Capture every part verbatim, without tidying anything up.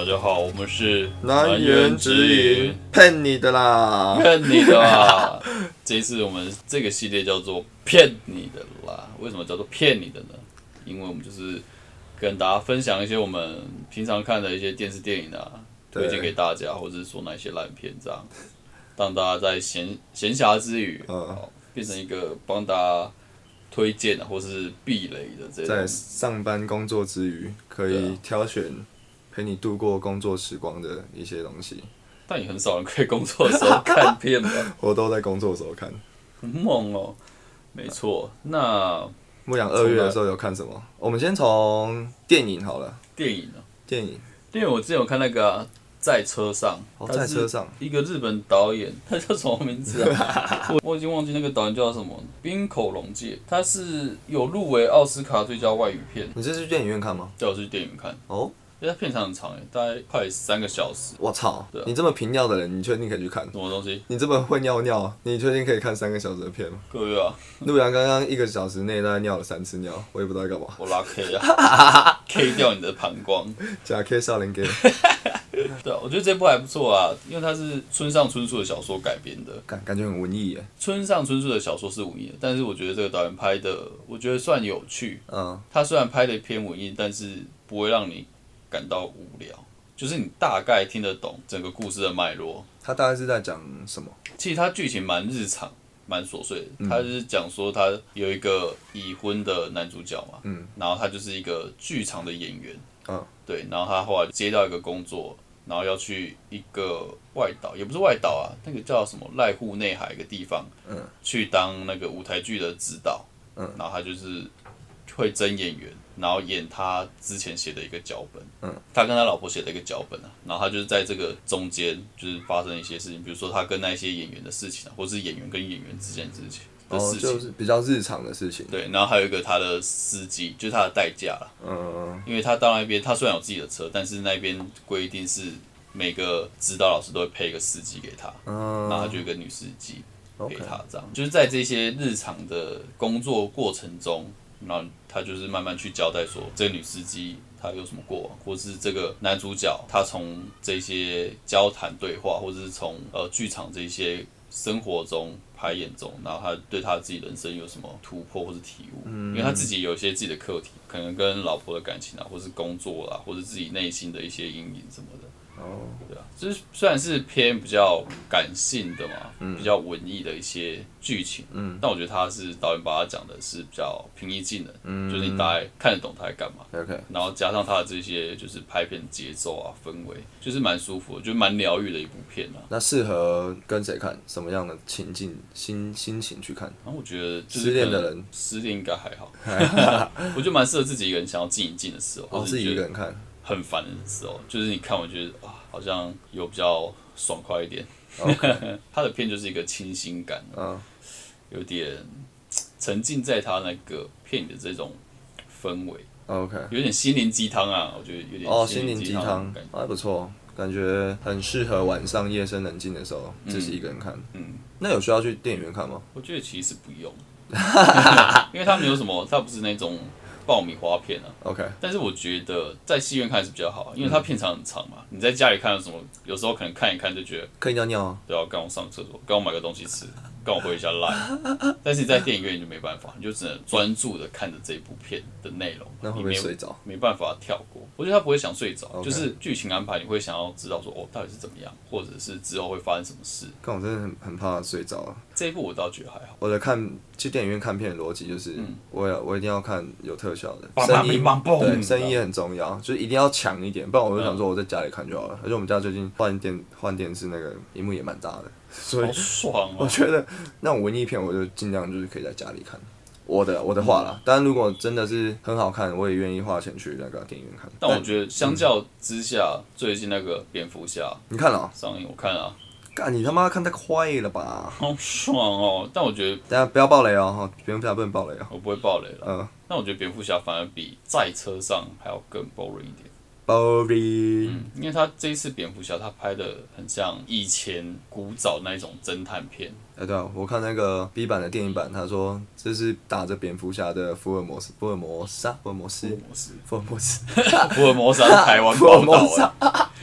家好，我们是南园之音，骗你的啦， 骗你的啦。这一次我们这个系列叫做骗你的啦。为什么叫做骗你的呢？因为我们就是跟大家分享一些我们平常看的一些电视电影啊，推荐给大家，或者是说那些烂片这样，让大家在闲闲暇之余，嗯，变成一个帮大家推荐啊，或是避雷的这种。 在上班工作之余，可以挑选陪你度过工作时光的一些东西。 但也很少人可以工作的时候看片吧？ 我都在工作的时候看。 很猛哦，没错。那牧羊二月的时候有看什么？我们先从电影好了。 电影啊， 电影。 因为我之前有看那个、啊、在车上， 哦，在车上， 一个日本导演，他叫什么名字啊？我我已经忘记那个导演叫什么，滨口龙介，他是有入围奥斯卡最佳外语片。 你这是去电影院看吗？ 对，我是去电影院看。哦。因为它片长很长诶，大概快三个小时。 我操！啊、你这么频尿的人，你确定可以去看？ 什么东西？ 你这么会尿尿，你确定可以看三个小时的片吗？ 可以啊。 陆阳刚刚一个小时内大概尿了三次尿，我也不知道在干嘛。 我拉 K 啊，K 掉你的膀胱。 假 K 少年 K。 对啊，我觉得这部还不错啊，因为它是村上春树的小说改编的， 感感觉很文艺耶。 村上春树的小说是文艺的，但是我觉得这个导演拍的，我觉得算有趣。嗯。他虽然拍的偏文艺，但是不会让你感到无聊，就是你大概听得懂整个故事的脉络。 他大概是在讲什么？ 其实他剧情蛮日常、蛮琐碎的。嗯、他是讲说他有一个已婚的男主角嘛，嗯，然后他就是一个剧场的演员，嗯，对，然后他后来接到一个工作，然后要去一个外岛，也不是外岛啊，那个叫什么濑户内海一个地方，嗯，去当那个舞台剧的指导，嗯，然后他就是会争演员。然后演他之前写的一个脚本，嗯，他跟他老婆写的一个脚本啊，然后他就是在这个中间就是发生一些事情，比如说他跟那些演员的事情啊，或是演员跟演员之间的事情的事情， 哦，就是比较日常的事情。 对，然后还有一个他的司机，就是他的代驾啦，嗯，因为他到那边，他虽然有自己的车，但是那边规定是每个指导老师都会配一个司机给他，嗯，然后他就有一个女司机给他，这样， okay. 就是在这些日常的工作过程中。然后他就是慢慢去交代说，这个女司机她有什么过往，或是这个男主角他从这些交谈对话，或者是从呃剧场这些生活中排演中，然后他对他自己人生有什么突破或是体悟，嗯、因为他自己有一些自己的课题，可能跟老婆的感情啊，或是工作啦，或是自己内心的一些阴影什么的。哦，对啊，就是虽然是偏比较感性的嘛，嗯、比较文艺的一些剧情，嗯，但我觉得他是导演把他讲的是比较平易近人，嗯，就是你大概看得懂他在干嘛 ，OK， 然后加上他的这些就是拍片节奏啊、氛围，就是蛮舒服的，就蛮疗愈的一部片啊。 那适合跟谁看？什么样的情境、心心情去看？ 然后我觉得就是失恋的人， 失恋应该还好，我觉得蛮适合自己一个人想要静一静的时候， 哦，自己一个人看。 很烦的时候，就是你看，我觉得啊，好像有比较爽快一点。Okay. 他的片就是一个清新感，嗯，有点沉浸在他那个片的这种氛围。 OK， 有点心灵鸡汤啊，我觉得有点哦，心灵鸡汤，还不错，感觉很适合晚上夜深人静的时候自己一个人看。嗯，那有需要去电影院看吗？ 我觉得其实不用，因为他没有什么，他不是那种。爆米花片啊 ，OK， 但是我觉得在戏院看是比较好，因为它片长很长嘛。嗯、你在家里看有什么，有时候可能看一看就觉得可以尿尿啊， 对啊，刚我上厕所，刚我买个东西吃，刚我回一下赖。但是你在电影院你就没办法，你就只能专注的看着这部片的内容， 那会不会睡着？ 没办法跳过。我觉得他不会想睡着， okay. 就是剧情安排你会想要知道说哦到底是怎么样，或者是之后会发生什么事。 但我真的很很怕睡着啊。 这一部我倒觉得还好。 我的看去电影院看片的逻辑就是，嗯、我要我一定要看有特效的，声音对声音也很重要，就是一定要强一点，不然我就想说我在家里看就好了。而且我们家最近换电换电视，那个萤幕也蛮大的，所以好爽哦。 我觉得那种文艺片我就尽量就是可以在家里看。我的我的话啦，当然如果真的是很好看，我也愿意花钱去那个电影院看。 但我觉得相较之下，嗯、最近那个蝙蝠侠， 你看了、喔？ 上映我看了、啊。 干你他妈看太快了吧！ 好爽哦！但我觉得， 等下不要爆雷哦，蝙蝠侠不能爆雷哦。 我不会爆雷了。嗯。但我觉得蝙蝠侠反而比在车上还要更 boring 一点。 boring。 嗯，因为他这一次蝙蝠侠他拍的很像以前古早那一种侦探片。 哎、欸，对啊，我看那个 B 版的电影版，他说这是打着蝙蝠侠的福尔摩斯，福尔摩斯，福尔摩斯， 福尔摩斯，福尔摩斯，福尔摩斯是台湾报道的。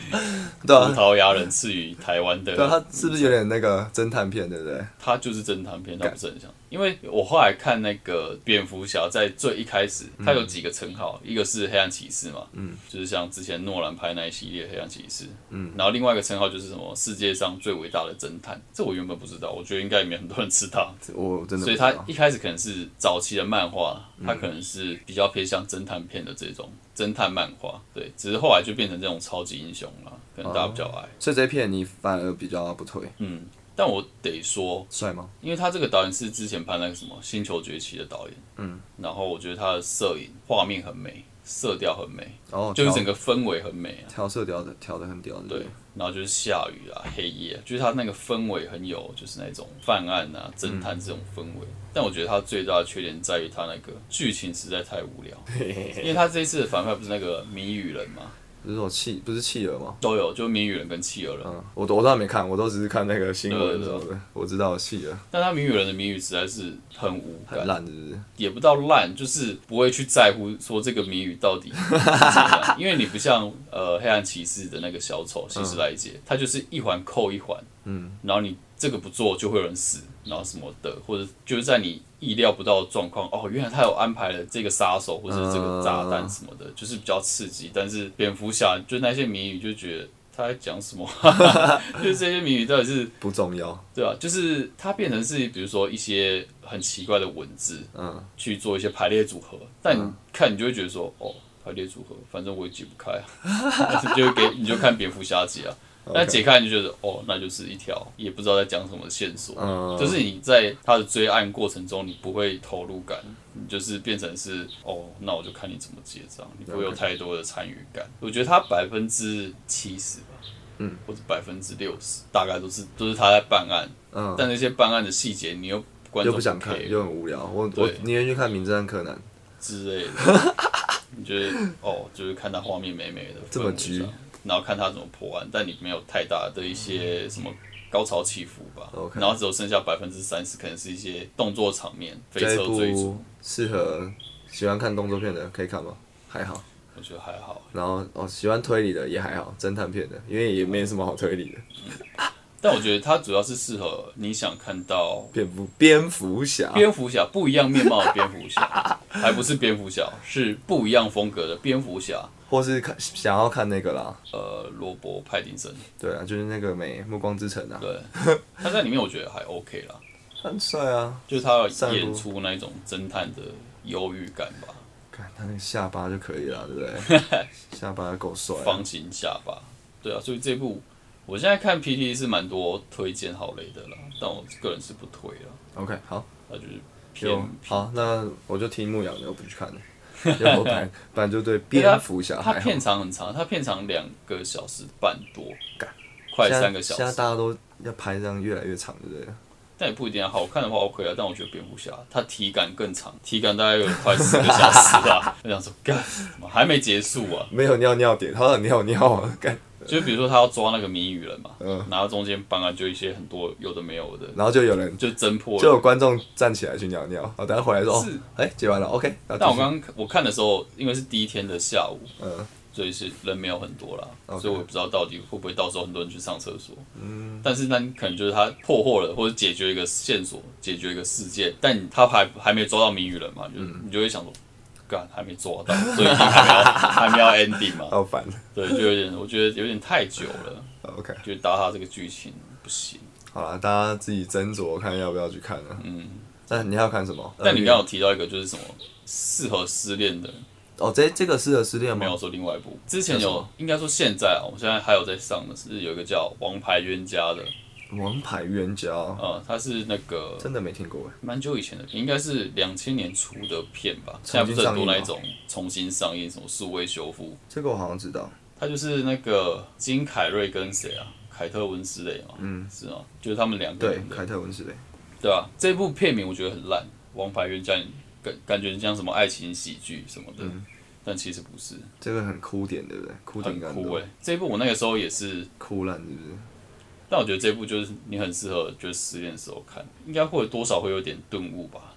对啊， 葡萄牙人赐予台湾的。 对啊，他是不是有点那个侦探片，对不对？ 他就是侦探片，他不是很像。因为我后来看那个蝙蝠侠，在最一开始，他有几个称号，一个是黑暗骑士嘛，嗯，就是像之前诺兰拍那一系列黑暗骑士，嗯，然后另外一个称号就是什么世界上最伟大的侦探，这我原本不知道，我觉得应该也没很多人知道， 我真的不知道。 所以他一开始可能是早期的漫画，他可能是比较偏向侦探片的这种侦探漫画，对，只是后来就变成这种超级英雄了，可能大家比较爱。哦、 所以这一片你反而比较不推， 嗯。但我得说， 帅吗？ 因为他这个导演是之前拍那个什么《星球崛起》的导演，嗯，然后我觉得他的摄影画面很美，色调很美，哦，就是整个氛围很美啊， 调色调的调的很屌， 对，然后就是下雨啊、黑夜啊，就是他那个氛围很有，就是那种犯案啊、侦探这种氛围。嗯、但我觉得他最大的缺点在于他那个剧情实在太无聊，因为他这一次的反派不是那个谜语人吗？ 不是说企不是企鹅吗？ 都有，就谜语人跟企鹅人。嗯， 我我都还没看，我都只是看那个新闻什么的，我知道企鹅。 但他谜语人的谜语实在是很无感， 很烂，是不是？ 也不到烂，就是不会去在乎说这个谜语到底是怎么样，因为你不像呃黑暗骑士的那个小丑希斯莱杰，嗯、他就是一环扣一环，嗯，然后你这个不做就会有人死，然后什么的，或者就是在你意料不到的状况，哦，原来他有安排了这个杀手或者这个炸弹什么的，就是比较刺激。但是蝙蝠侠就那些谜语就觉得他在讲什么，就是这些谜语到底是不重要， 对吧、啊？就是它变成是比如说一些很奇怪的文字，嗯，去做一些排列组合，但你看你就会觉得说，哦，排列组合，反正我也解不开啊，你就给你就看蝙蝠侠解啊。那解开你就觉得哦，那就是一条也不知道在讲什么线索，嗯、就是你在他的追案过程中，你不会投入感，你就是变成是哦，那我就看你怎么结账，你不会有太多的参与感。我觉得他百分之七十吧，嗯，或者百分之六十，大概都是都是他在办案，嗯，但那些办案的细节你又观众又不想看，又很无聊，我我宁愿去看《名侦探柯南》 之类的，你觉得哦，就是看他画面美美的， 这么橘。 然后看他怎么破案，但你没有太大的一些什么高潮起伏吧。Okay. 然后只有剩下百分之三十，可能是一些动作场面、飞车追逐。 适合喜欢看动作片的可以看吗？还好， 我觉得还好。 然后哦，喜欢推理的也还好，侦探片的，因为也没什么好推理的。 嗯、但我觉得它主要是适合你想看到蝙蝠蝙蝠侠， 蝙蝠侠不一样面貌的蝙蝠侠，还不是蝙蝠侠，是不一样风格的蝙蝠侠。 或是看想要看那个啦， 呃，罗伯·派丁森， 对啊，就是那个美《暮光之城》啊， 对，他在里面我觉得还 OK 啦， 很帅啊， 就是他演出那种侦探的忧郁感吧， 看他那个下巴就可以了，对不对？下巴够帅、啊， 方形下巴，对啊，所以这部我现在看 P T 是蛮多推荐好雷的啦，但我个人是不推啦。 OK， 好， 那就是偏好，那我就听牧羊的，我不去看了。因为我本来本来就对蝙蝠侠还好， 它片长很长，它片长两个小时半多，快三个小时。 现在大家都要拍这样越来越长，对不对？ 但也不一定啊，好看的话 OK 啊。但我觉得蝙蝠侠它体感更长，体感大概有快四个小时吧。我想说，干，还没结束啊？ 没有尿尿点，他有尿尿啊，干。 就比如说他要抓那个谜语人嘛，嗯，然后中间办案就一些很多有的没有的， 然后就有人就侦破， 就有观众站起来去尿尿，然后等下回来说，是，哎、欸，解完了 ，OK。 但我刚刚我看的时候，因为是第一天的下午，嗯，所以是人没有很多啦， okay. 所以我也不知道到底会不会到时候很多人去上厕所，嗯，但是那可能就是他破获了或者解决一个线索，解决一个事件，但他还还没抓到谜语人嘛，就、嗯、你就会想说。干还没抓到，所以还没要还没要 ending 嘛？ 好烦。 对，就有点，我觉得有点太久了。 OK， 就搭他这个剧情不行。 好了，大家自己斟酌看要不要去看了。嗯。那你还要看什么？ 但你刚刚有提到一个，就是什么适合失恋的人。 哦，这这个适合失恋吗？ 没有说另外一部，之前有，应该说现在啊，我们现在还有在上的是有一个叫《王牌冤家》的。 王牌冤家， 呃，他是那个真的没听过哎， 蛮久以前的片，应该是两千年出的片吧。现在不是很多那一种重新上映，什么数位修复。 这个我好像知道。 他就是那个金凯瑞跟谁啊？凯特温斯雷嘛，嗯，是吗？就是他们两个人对，凯特温斯雷， 对吧、啊？这部片名我觉得很烂，《王牌冤家》感感觉像什么爱情喜剧什么的。嗯，但其实不是。 这个很哭点，对不对？哭点感很哭哎、欸！这一部我那个时候也是哭烂，是不是？ 但我觉得这部就是你很适合，就是失恋的时候看，应该会多少会有点顿悟吧。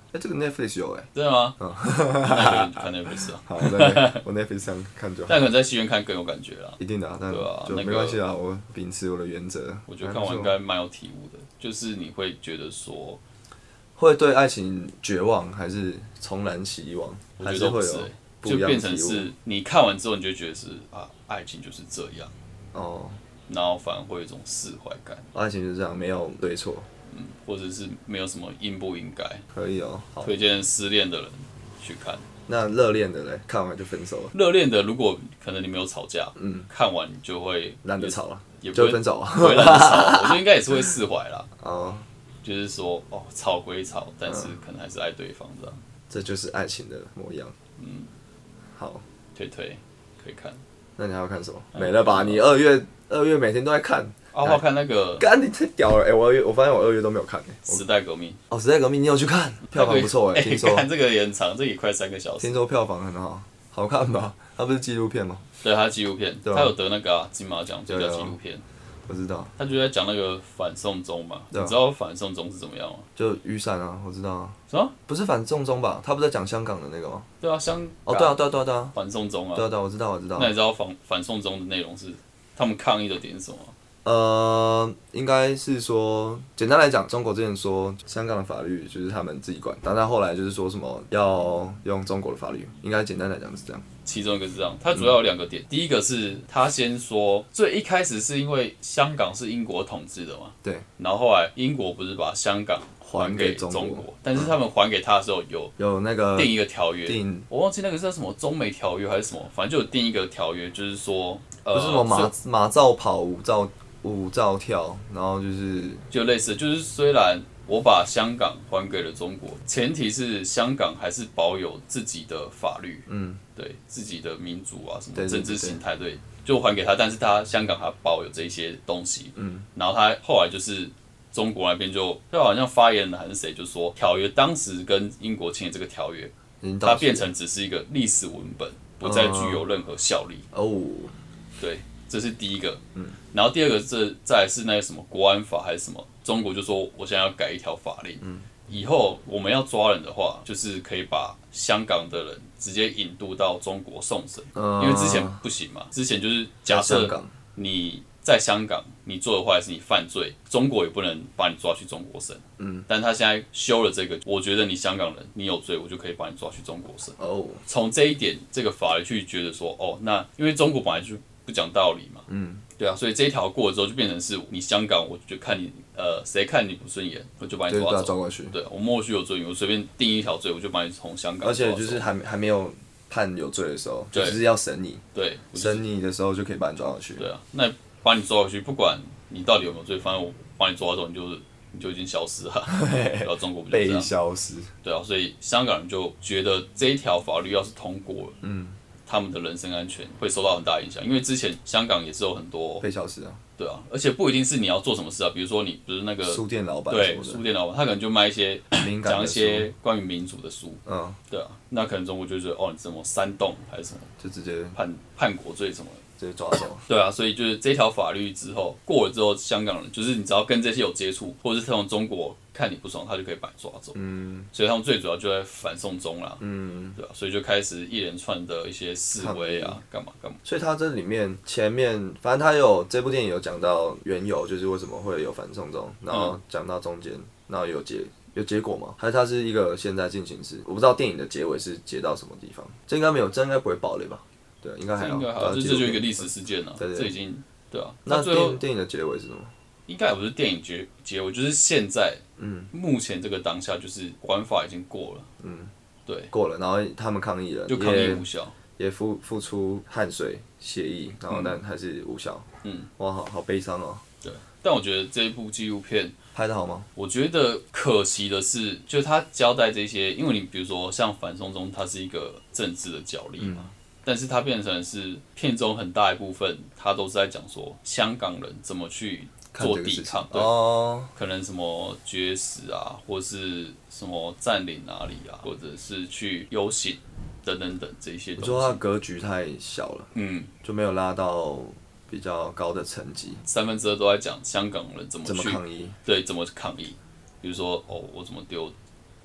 哎，这个 Netflix 有哎。 真的吗？嗯。那个看 Netflix 啊。 好，我我 Netflix 上看就好。 但可能在戏院看更有感觉啦。 一定的啊，但对啊， 就没关系啊，我秉持我的原则。 我觉得看完应该蛮有体悟的，就是你会觉得说， 会对爱情绝望，还是重燃希望？ 我觉得都不是、欸，就变成是你看完之后，你就觉得是啊，爱情就是这样。哦。然后反而会有一种释怀感。 爱情就是这样，没有对错。 嗯，或者是没有什么应不应该。 可以哦。 推荐失恋的人去看。 那热恋的嘞，看完就分手了。 热恋的，如果可能你没有吵架，嗯，看完你就会懒得吵了， 也就会分手啊。 不会懒得吵，我觉得应该也是会释怀啦。哦。就是说，哦，吵归吵，但是可能还是爱对方这样。 这就是爱情的模样。嗯。好。 推推，可以看。 那你还要看什么？没了吧？你二月二月每天都在看。 啊，我看那个。 干，你太屌了！哎，我我发现我二月都没有看。 时代革命。 哦，时代革命，你有去看？票房不错哎，听说。 看这个也很长，这也快三个小时。 听说票房很好，好看吧？它不是纪录片吗？ 对，它纪录片，它有得那个金马奖最佳纪录片。 我知道。 他就在讲那个反送中嘛，你知道反送中是怎么样吗？ 就雨伞啊，我知道啊。 什么？ 不是反送中吧？他不是在讲香港的那个吗？ 对啊，香哦，对啊，对啊，对啊，对啊。 反送中啊。 对啊，对啊，我知道，我知道。 那你知道反反送中的内容是他们抗议的点是什么？ 呃，应该是说，简单来讲，中国之前说香港的法律就是他们自己管，但他后来就是说什么要用中国的法律，应该简单来讲是这样。 其中一个是这样，它主要有两个点，嗯、第一个是他先说，最一开始是因为香港是英国统治的嘛， 对， 然后后来英国不是把香港还给中国，中国但是他们还给他的时候有有那个定一个条约， 定我忘记那个是什么中美条约还是什么，反正就有定一个条约，就是说，呃、 不是什么马马照跑，舞照舞照跳，然后就是就类似，就是虽然我把香港还给了中国，前提是香港还是保有自己的法律，嗯，对自己的民主啊什么政治形态，对，就还给他，但是他香港还保有这一些东西，嗯，然后他后来就是中国那边就就好像发言人还是谁就说，条约当时跟英国签的这个条约，它变成只是一个历史文本，不再具有任何效力。哦，对。这是第一个，嗯，然后第二个这再来是那个什么国安法还是什么，中国就说我现在要改一条法令，嗯，以后我们要抓人的话，就是可以把香港的人直接引渡到中国送审，嗯、因为之前不行嘛，之前就是假设你在香港你做的坏事你犯罪，中国也不能把你抓去中国审，嗯，但他现在修了这个，我觉得你香港人你有罪，我就可以把你抓去中国审，哦，从这一点这个法律去觉得说，哦，那因为中国本来就不讲道理嘛，嗯，对啊，所以这一条过了之后，就变成是你香港，我就看你呃谁看你不顺眼，我就把你抓走， 抓过去。 对，我莫须有罪名，我随便定一条罪，我就把你从香港抓走。 而且就是还还没有判有罪的时候，就是要审你， 对， 审你的时候就可以把你抓回去。 对啊，那把你抓回去，不管你到底有没有罪，反正我把你抓走，你就你就已经消失了。然后中国不就这样被消失。 对啊，所以香港人就觉得这一条法律要是通过了，嗯。他们的人身安全会受到很大影响，因为之前香港也是有很多被消失啊， 对啊，而且不一定是你要做什么事啊，比如说你不是那个书店老板， 对，书店老板，他可能就卖一些讲一些关于民主的书，嗯，对啊，那可能中国就觉得哦，你怎么煽动还是什么， 就直接判叛国罪什么的， 直接抓走。 对啊，所以就是这条法律之后过了之后，香港人就是你只要跟这些有接触，或者是从中国看你不爽，他就可以把你抓走。嗯，所以他们最主要就在反送中啦。嗯，对啊，所以就开始一连串的一些示威啊，干嘛干嘛。 所以他这里面前面，反正他有这部电影有讲到缘由，就是为什么会有反送中，然后讲到中间，然后有结有结果吗？还是它是一个现在进行式？我不知道电影的结尾是结到什么地方，这应该没有，这应该不会爆雷吧？对，应该还好。 应该还好，这这就一个历史事件啊，对对对，这已经对啊。 那电电影的结尾是什么？ 应该也不是电影结结尾，就是现在，嗯，目前这个当下，就是国安法已经过了，嗯，对， 过了，然后他们抗议了， 就抗议无效， 也付付出汗水协议，然后但还是无效，嗯，哇，好好悲伤哦。 对，但我觉得这一部纪录片拍得好吗？ 我觉得可惜的是，就是他交代这些，因为你比如说像反送中，它是一个政治的角力嘛。嗯，但是它变成是片中很大一部分，它都是在讲说香港人怎么去做抵抗，对，哦，可能什么绝食啊，或是什么占领哪里啊，或者是去游行等等等这些东西。 我说它格局太小了，嗯，就没有拉到比较高的层级。 三分之二都在讲香港人怎么去怎么抗议， 对，怎么抗议。比如说哦，我怎么丢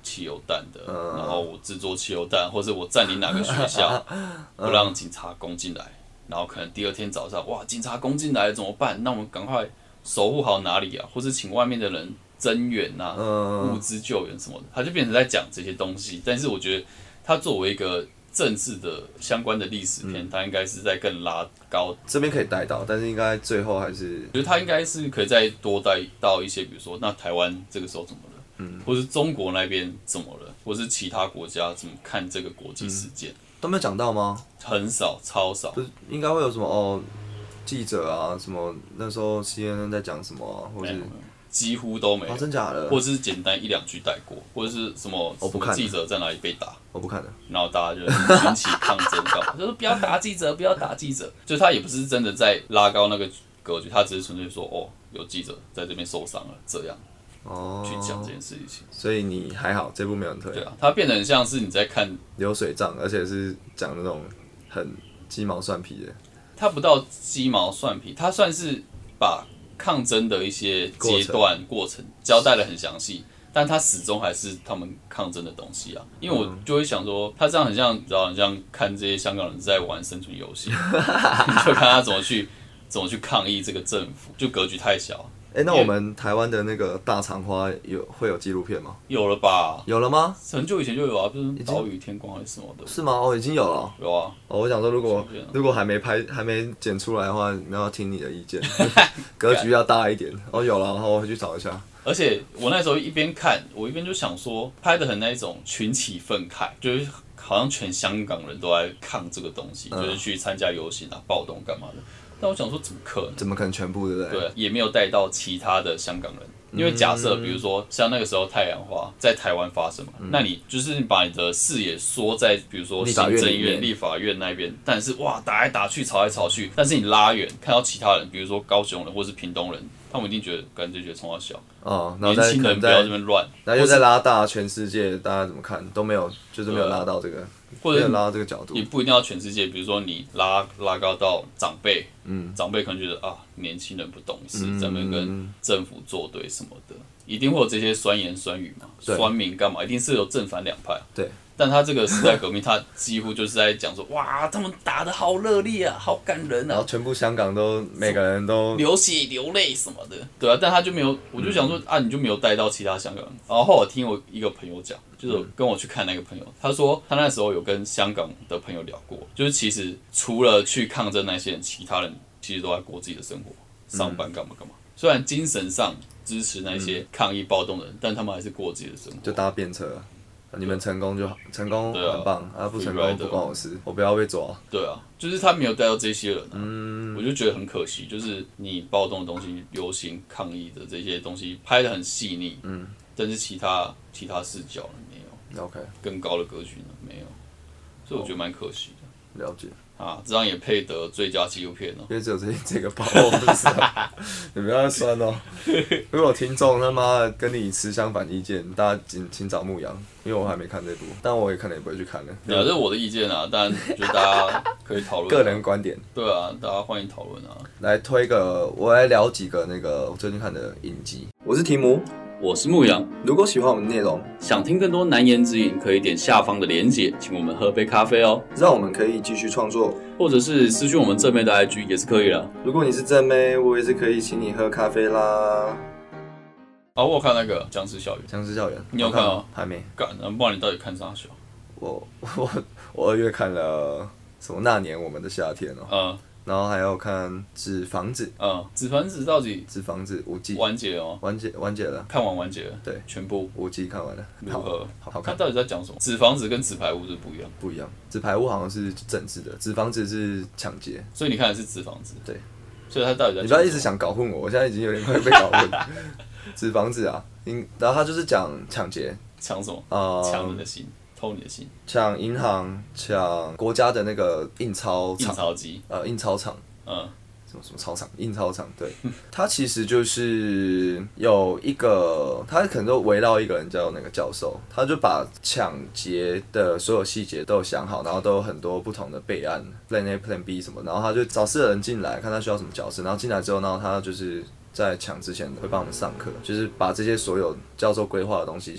汽油弹的，嗯、然后我制作汽油弹，或者我占领哪个学校，不让警察攻进来，然后可能第二天早上，哇，警察攻进来了怎么办？那我们赶快守护好哪里啊，或是请外面的人增援啊，嗯、物资救援什么的，他就变成在讲这些东西。但是我觉得他作为一个政治的相关的历史片，它、嗯、应该是在更拉高。 这边可以带到，但是应该最后还是， 我觉得它应该是可以再多带到一些，比如说那台湾这个时候怎么了，嗯，或是中国那边怎么了，或是其他国家怎么看这个国际事件，嗯、 都没有讲到吗？ 很少，超少。 不是应该会有什么哦？记者啊，什么那时候 C N N 在讲什么、啊，或是几乎都没有、 哦，真假的， 或是简单一两句带过，或者是什么什么记者在哪里被打， 我不看了， 然后大家就引起抗争，干嘛？就说不要打记者，不要打记者，就他也不是真的在拉高那个格局，他只是纯粹说哦，有记者在这边受伤了，这样。哦，去讲这件事情， 所以你还好，这部没有很推。 对啊，它变得很像是你在看流水账，而且是讲那种很鸡毛蒜皮的。 它不到鸡毛蒜皮，它算是把抗争的一些阶段过程交代得很详细，但它始终还是他们抗争的东西啊。因为我就会想说，他这样很像，你知道，很像看这些香港人在玩生存游戏，你就看他怎么去怎么去抗议这个政府，就格局太小。 哎、欸，那我们台湾的那个大长花有会有纪录片吗？ 有了吧？ 有了吗？ 很久以前就有啊，不是岛屿天光还是什么的？ 是吗？哦，已经有了。 有啊。 哦，我想说，如果如果还没拍、还没剪出来的话，那要听你的意见，格局要大一点。哦，有了，然后我回去找一下。 而且我那时候一边看，我一边就想说，拍的很那一种群起愤慨，就是好像全香港人都在抗这个东西，嗯、就是去参加游行啊、暴动干嘛的。但我想说，怎么可能？ 怎么可能全部对不对？ 对，也没有带到其他的香港人，因为假设比如说像那个时候太阳花在台湾发生嘛，嗯、那你就是把你的视野缩在比如说行政院、立法院那边，但是哇打来打去、吵来吵去，但是你拉远看到其他人，比如说高雄人或是屏东人，他们一定觉得，感觉觉得从小小哦， 年轻人不要这边乱， 然后又在拉大全世界，大家怎么看都没有，就是没有拉到这个。或者拉到这个角度， 也不一定要全世界。比如说你拉拉高到长辈，嗯，长辈可能觉得啊，年轻人不懂事，咱们跟政府作对什么的，一定会有这些酸言酸语嘛，酸民干嘛？一定是有正反两派。 对。 但他这个时代革命，他几乎就是在讲说，哇，他们打得好热烈啊，好感人啊， 然后全部香港都每个人都流血流泪什么的，对啊，但他就没有，我就想说、嗯、啊，你就没有带到其他香港人。然后后来我听我一个朋友讲，就是跟我去看那个朋友，他说他那时候有跟香港的朋友聊过，就是其实除了去抗争那些人，其他人其实都在过自己的生活，上班干嘛干嘛。虽然精神上支持那些抗议暴动的人，但他们还是过自己的生活， 就搭便车。你们成功就好，成功很棒，啊不成功不关我事，我不要被抓。 对啊，就是他没有带到这些人、啊，嗯，我就觉得很可惜，就是你暴动的东西、游行抗议的这些东西拍得很细腻，嗯，但是其他其他视角呢没有 ，OK， 更高的格局呢没有，所以我觉得蛮可惜的。 了解。 啊，这张也配得最佳纪录片哦、喔， 因为只有这这个包，我不知道，你不要再酸哦、喔。如果有听众他妈的跟你持相反意见，大家请请找牧羊，因为我还没看这部，但我也可能也不会去看了。 对啊，这是我的意见啊，但就大家可以讨论、啊。 个人观点。 对啊，大家欢迎讨论啊。 来推个，我来聊几个那个我最近看的影集。我是提姆。 我是牧羊， 如果喜欢我们的内容， 想听更多难言之隐，可以点下方的连结，请我们喝杯咖啡哦， 让我们可以继续创作， 或者是私讯我们正妹的 I G 也是可以的。 如果你是正妹，我也是可以请你喝咖啡啦。 啊，我有看那个《僵尸校园》， 僵尸校园， 你有看吗？ 还没。 干，不然你到底看啥小？ 我我我二月看了什么？那年我们的夏天哦、喔。嗯。然后还有看《纸房子》， 嗯，《纸房子》到底？ 《纸房子》五季完结哦， 完结完结了， 看完完结了， 对， 全部五季看完了， 如何？ 好好看。 它到底在讲什么？《纸房子》跟《纸牌屋》是不一样， 不一样。《纸牌屋》好像是政治的，《纸房子》是抢劫， 所以你看的是《纸房子》。 对， 所以它到底在？ 你不要一直想搞混我，我现在已经有点快被搞混。《纸房子》啊，然后他就是讲抢劫， 抢什么？啊、呃，抢你的心。偷你的心，抢银行，抢国家的那个印钞厂， 印钞机， 呃，印钞厂， 嗯， 什么什么钞厂，印钞厂，对，它其实就是有一个，它可能都围绕一个人叫那个教授，他就把抢劫的所有细节都有想好，然后都有很多不同的备案 ，Plan A、Plan B 什么，然后他就找四个人进来，看他需要什么角色，然后进来之后，然后他就是在抢之前会帮我们上课，就是把这些所有教授规划的东西先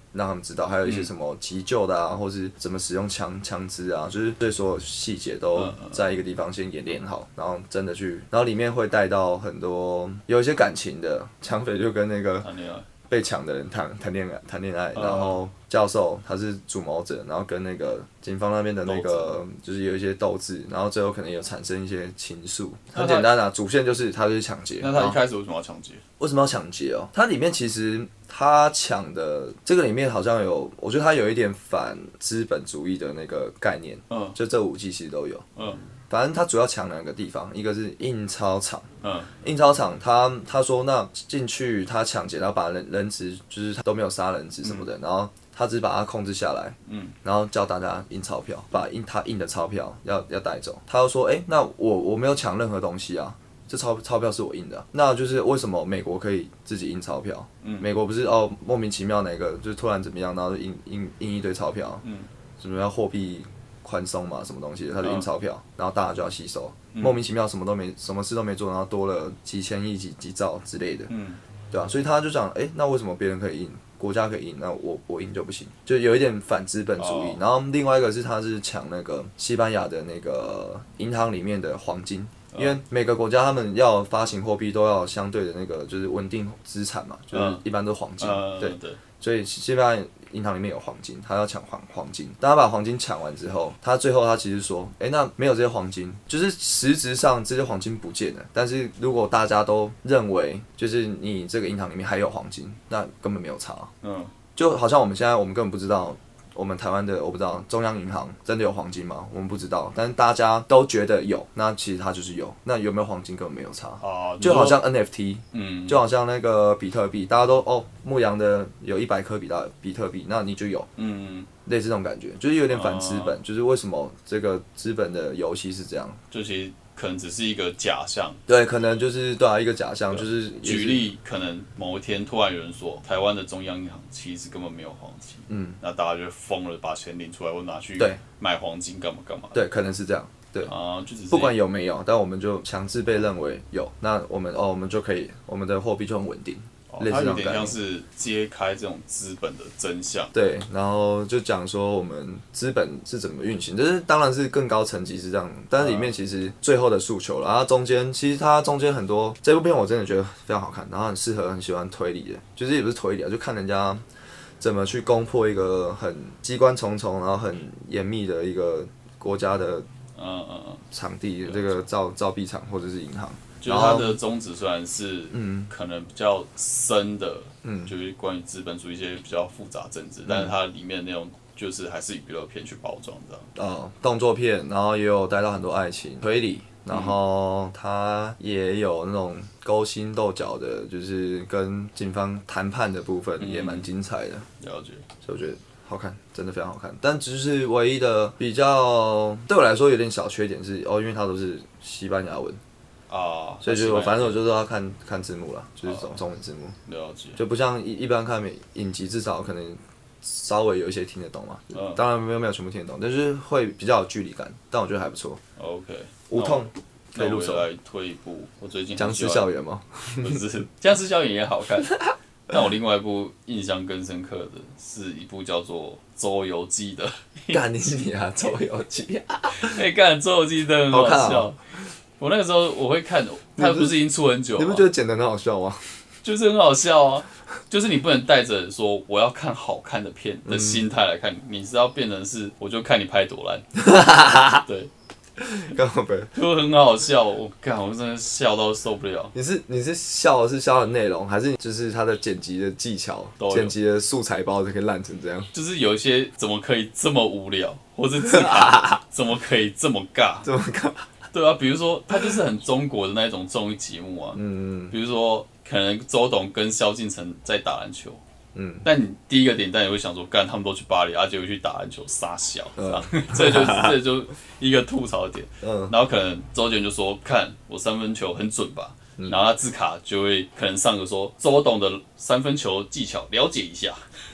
让他们知道，还有一些什么急救的啊，或是怎么使用枪枪支啊，就是对所有细节都在一个地方先演练好，然后真的去，然后里面会带到很多有一些感情的，抢匪就跟那个被抢的人谈谈恋爱谈恋爱，然后教授他是主谋者，然后跟那个警方那边的那个就是有一些斗志，然后最后可能有产生一些情愫。很简单啊，主线就是他就是抢劫。 那他一开始为什么要抢劫？ 为什么要抢劫哦？它里面其实他抢的这个里面好像有，我觉得他有一点反资本主义的那个概念。嗯，就这五季其实都有。嗯。反正他主要抢两个地方，一个是印钞厂，嗯，印钞厂他他说那进去他抢劫，然后把人人质就是他都没有杀人质什么的，嗯、然后他只是把他控制下来，嗯，然后叫大家印钞票，把印他印的钞票要要带走。他又说，哎、欸，那我我没有抢任何东西啊，这钞钞票是我印的，那就是为什么美国可以自己印钞票？嗯，美国不是哦莫名其妙哪个就突然怎么样，然后就印印印一堆钞票，嗯，什么要货币宽松嘛，什么东西的，他就印钞票，然后大家就要吸收，嗯、莫名其妙什么都没，什么事都没做，然后多了几千亿、几几兆之类的，嗯，对吧、啊？所以他就讲，哎、欸，那为什么别人可以印，国家可以印，那我我印就不行，就有一点反资本主义。哦、然后另外一个是他是抢那个西班牙的那个银行里面的黄金。因为每个国家他们要发行货币都要相对的那个就是稳定资产嘛，就是一般都是黄金，嗯、对，对所以西班牙银行里面有黄金，他要抢黄黄金。当他把黄金抢完之后，他最后他其实说，哎、欸，那没有这些黄金，就是实质上这些黄金不见了。但是如果大家都认为就是你这个银行里面还有黄金，那根本没有差。嗯，就好像我们现在我们根本不知道。我们台湾的我不知道中央银行真的有黄金吗？我们不知道，但是大家都觉得有，那其实它就是有。那有没有黄金根本没有差，啊、就好像 N F T， 嗯，就好像那个比特币，大家都哦牧羊的有一百颗比特比特币，那你就有，嗯，类似这种感觉，就是有点反资本，啊、就是为什么这个资本的游戏是这样？ 就其实可能只是一个假象， 对，可能就是对啊，一个假象，就是举例，可能某一天突然有人说，台湾的中央银行其实根本没有黄金，嗯，那大家就疯了，把钱领出来，或拿去买黄金干嘛干嘛？ 对，可能是这样，对啊，就只是不管有没有，但我们就强制被认为有，那我们哦，我们就可以，我们的货币就很稳定。 哦、它有点像是揭开这种资本的真相。 对，然后就讲说我们资本是怎么运行，就是当然是更高层级是这样，但是里面其实最后的诉求了，然后中间其实它中间很多这部片我真的觉得非常好看，然后很适合很喜欢推理的，就是也不是推理啊，就看人家怎么去攻破一个很机关重重，然后很严密的一个国家的场地，这个造造币厂或者是银行。 就是它的宗旨虽然是可能比较深的，嗯、就是关于资本主义一些比较复杂政治，嗯、但是它里面的内容就是还是以娱乐片去包装的。 哦，动作片，然后也有带到很多爱情、推理，然后它也有那种勾心斗角的，就是跟警方谈判的部分也蛮精彩的。 嗯、了解， 所以我觉得好看，真的非常好看。但只是唯一的比较对我来说有点小缺点是，哦，因为它都是西班牙文。啊，所以就我反正我就是要看看字幕啦，就是中中文字幕， 了解， 就不像一一般看影集，至少可能稍微有一些听得懂嘛。嗯、当然没有没有全部听得懂，但是会比较有距离感，但我觉得还不错。 OK， 无痛可以入手。 那我来推一部，我最近僵尸校园吗？ 不是，僵尸校园也好看。但我另外一部印象更深刻的是一部叫做《周游记》的。 干你你啊，《周游记》 哎，干《周游记》真的很好笑。我那个时候我会看，它不是已经出很久了吗？ 你不觉得剪得很好笑吗？ 就是很好笑啊！就是你不能带着说我要看好看的片的心态来看，嗯、你是要变成是我就看你拍多烂，对， 干嘛呗？ 就很好笑，我干，我真的笑到受不了。 你是你是笑的是笑的内容，还是就是它的剪辑的技巧、剪辑的素材包就可以烂成这样？ 就是有一些怎么可以这么无聊，或是字卡怎么可以这么尬？ 这么尬？ 对啊，比如说他就是很中国的那种综艺节目啊，嗯，比如说可能周董跟萧敬腾在打篮球，嗯，但你第一个点，但你会想说，干他们都去巴黎，啊，结果去打篮球，傻小，这样，嗯、这就这就一个吐槽点，嗯，然后可能周杰伦就说，看我三分球很准吧，嗯、然后他字卡就会可能上个说周董的三分球技巧了解一下。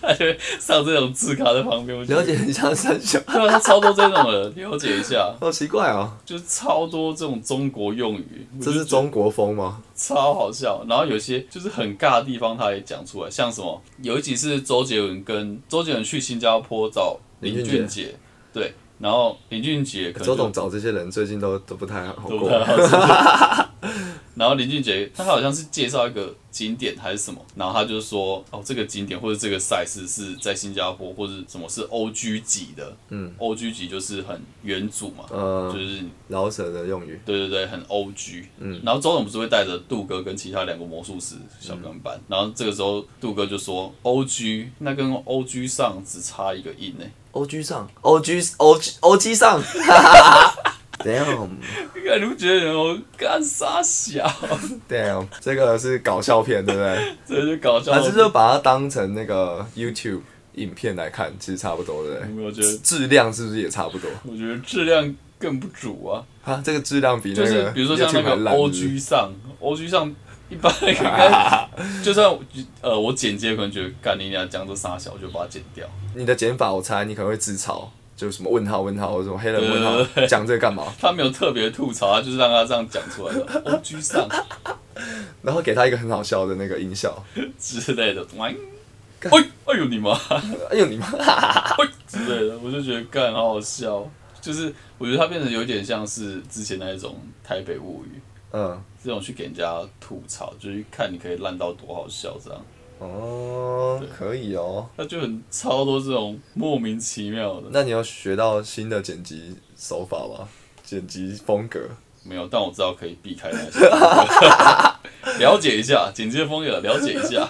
他就会上这种字卡在旁边。 了解很像三小， 对啊，他超多这种的，了解一下。 好奇怪哦， 就是超多这种中国用语。 这是中国风吗？ 超好笑。然后有些就是很尬的地方，他也讲出来，像什么有一集是周杰伦跟周杰伦去新加坡找林俊杰，对。然后林俊杰可能周董找这些人最近都都不太好过。 然后林俊杰他好像是介绍一个景点还是什么，然后他就说哦这个景点或者这个赛事是在新加坡或者什么是 O G 级的，嗯 ，O G 级就是很元祖嘛，呃，就是饶舌的用语。 对对对，很 O G。嗯，然后周董不是会带着杜哥跟其他两个魔术师小跟班，嗯、然后这个时候杜哥就说 O G 那跟 O G 上只差一个音呢。 O G 上 ，O G O G O G 上。Damn！ 看你不觉得我干啥小 ？Damn！ 这个是搞笑片，对不对？ 这是搞笑片。 还是就把它当成那个 YouTube 影片来看，其实差不多，对不对？ 我觉得质量是不是也差不多？ 我觉得质量更不足啊！ 啊，这个质量比那个就是比如说像那个 O G 上 ，O G 上一般应该就算呃我剪接可能觉得干你俩讲这傻小，我就把它剪掉。 你的剪法，我猜你可能会自嘲。就什么问号问号或者什么黑人问号，讲这个干嘛？ 他没有特别吐槽，他就是让他这样讲出来的。O G 上， 然后给他一个很好笑的那个音效之类的，哎，哎呦你妈， 哎呦你妈， 之类的，我就觉得干好好笑。就是我觉得他变成有点像是之前那一种台北物语，嗯，这种去给人家吐槽，就是看你可以烂到多好笑这样。 哦，可以哦。 他就很超多这种莫名其妙的。 那你有学到新的剪辑手法吗？剪辑风格？ 没有，但我知道可以避开那些。了解一下剪辑的风格，了解一下。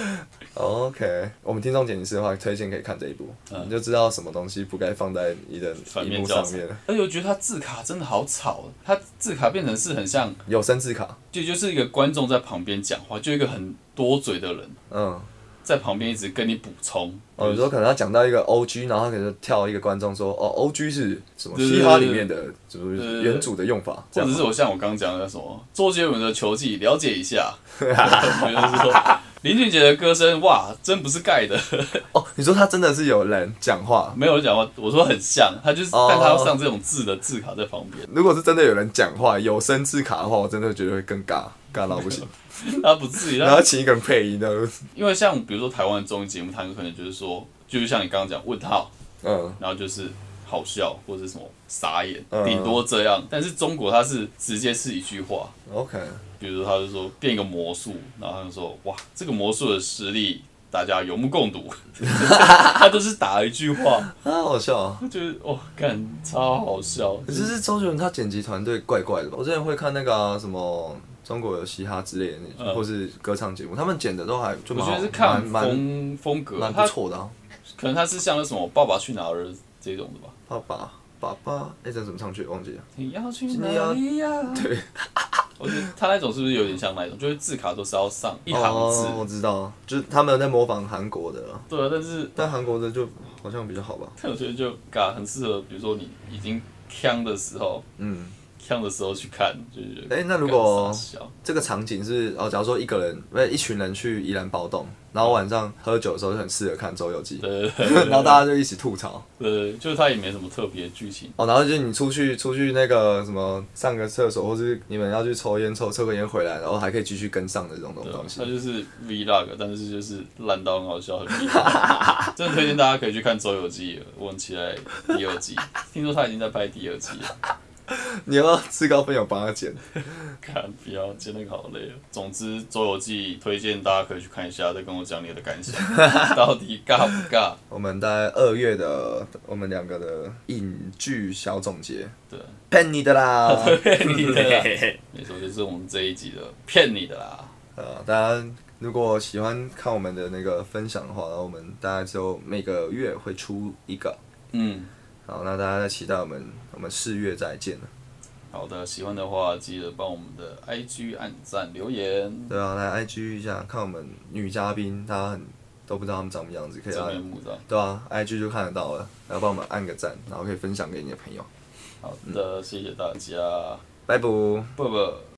OK， 我们听众剪辑师的话，推荐可以看这一部，嗯、你就知道什么东西不该放在你的荧幕上面。 而且我觉得他字卡真的好吵，他字卡变成是很像有声字卡， 就就是一个观众在旁边讲话，就一个很多嘴的人，嗯，在旁边一直跟你补充。 哦，有时候可能他讲到一个 O G， 然后他可能就跳一个观众说，哦 ，O G 是什么嘻哈里面的，就是原主的用法， 或者是我像我刚刚讲的什么周杰伦的球技，了解一下。就是说林俊杰的歌声，哇，真不是盖的。 哦，你说他真的是有人讲话？ 没有人讲话，我说很像，他就是，哦、但他要上这种字的字卡在旁边。 如果是真的有人讲话，有声字卡的话，我真的觉得会更尬，尬到不行。 他不至于， 然后请一个人配音的。 因为像比如说台湾的综艺节目，他有可能就是说，就是像你刚刚讲问号，嗯，然后就是好笑或者什么傻眼，顶、嗯、多这样。但是中国它是直接是一句话 ，OK。 比如说，他就说变一个魔术，然后他就说哇，这个魔术的实力大家有目共睹。他都是打一句话， 啊，好笑啊！ 就是哇，干超好笑。 可是是周杰伦他剪辑团队怪怪的吧？我之前会看那个、啊、什么中国有嘻哈之类的那种，嗯、或是歌唱节目，他们剪的都还就蛮， 我觉得是看风风格蛮不错的、啊。 可能他是像那什么《爸爸去哪儿》这种的吧？ 爸爸，爸爸，哎、欸，这怎么唱去？忘记了。 你要去哪里呀？ 对。 我觉得他那种是不是有点像那种，就是字卡都是要上一行字。 哦，我知道，就是他们有在模仿韩国的。 对啊，但是但韩国的就好像比较好吧。 但我觉得就嘎很适合，比如说你已经呛的时候，嗯，呛的时候去看，就是哎、欸，那如果这个场景是哦，假如说一个人不是一群人去宜兰暴动，然后晚上喝酒的时候就很适合看《周游记》，对，然后大家就一起吐槽， 对，就是他也没什么特别剧情哦，然后就是你出去出去那个什么上个厕所，或是你们要去抽烟抽抽个烟回来，然后还可以继续跟上的这种东西。 他就是 Vlog， 但是就是烂到很好笑，很厉害，真的推荐大家可以去看《周游记》，我很期待第二季，听说他已经在拍第二季了。 你要不要自告奋勇帮他剪？ 看，不要剪那个好累哦。总之，《周游记》推荐大家可以去看一下，再跟我讲你的感想，到底尬不尬？ 我们大概二月的我们两个的影剧小总结， 对， 骗你的啦， 骗你的啦，没错，就是我们这一集的骗你的啦。 呃，大家如果喜欢看我们的那个分享的话，然后我们大概就每个月会出一个，嗯。好，那大家在期待我们，我们四月再见了。 好的，喜欢的话记得帮我们的 I G 按赞留言。 对啊，来 I G 一下，看我们女嘉宾，大家很都不知道他们长什么样子，可以按。对啊 ，I G 就看得到了，然后帮我们按个赞，然后可以分享给你的朋友。 好的，嗯、谢谢大家， 拜拜， 拜拜。